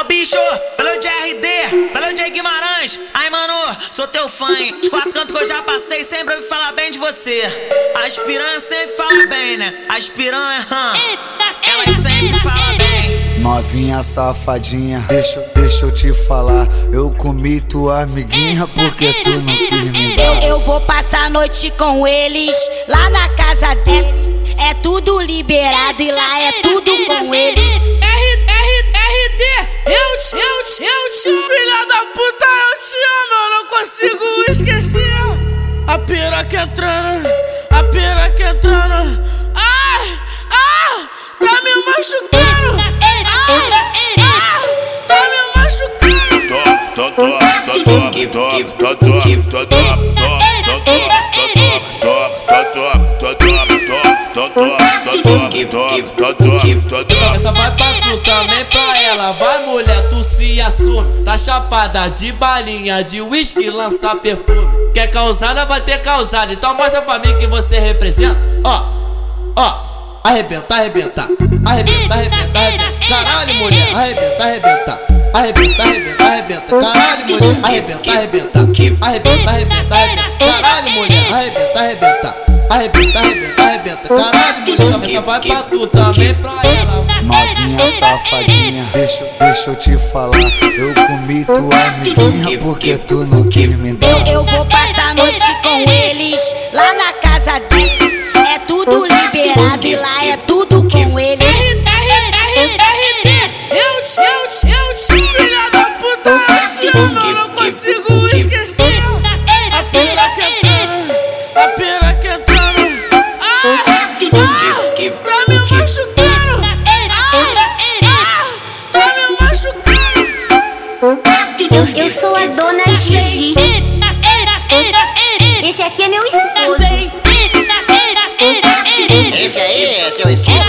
bicho, valeu de RD, valeu de Guimarães. Ai, mano, sou teu fã, hein? Os 4 cantos que eu já passei, sempre ouvi falar bem de você. As piranhas sempre falam bem, né? As piranhas, elas sempre falam bem. Novinha safadinha, deixa eu te falar. Eu comi tua amiguinha porque tu não quis me dar. Eu vou passar a noite com eles lá na casa deles. É tudo liberado e lá é tudo com eles. RD, eu te filha da puta, eu te amo, eu não consigo esquecer. A piroca entrando, a piroca entrando. Ai, tá me machucando. Tá me machucando. Essa vai pra tu, também pra ela. Vai, mulher, tu se assume. Tá chapada de balinha, de uísque, lança perfume. Quer causada, vai ter causada. Então mostra pra mim que você representa. Ó, arrebenta, arrebenta. Arrebenta, arrebenta, arrebenta. Caralho, mulher, arrebenta, arrebenta. Arrebenta, arrebenta, arrebenta. Caralho, mulher, arrebenta, arrebenta. Arrebenta, arrebenta, arrebenta. Caralho, mulher, arrebenta, arrebenta. Arrebenta, arrebenta, arrebenta. Caralho, mulher, essa vai pra tu, também pra ela. Novinha safadinha, deixa eu te falar. Eu comi tua amiguinha porque tu não quis me dar. Eu vou passar a noite com eles lá na casa deles. É tudo liberado e lá é tudo com eles. RD, eu te filha da puta, eu te amo, eu não consigo esquecer. A piroca entrando, a piroca entrando. Tá me machucando. Tá me machucando. Eu sou a dona Gigi. Esse aqui é meu esposo. Esse aí é seu esposo?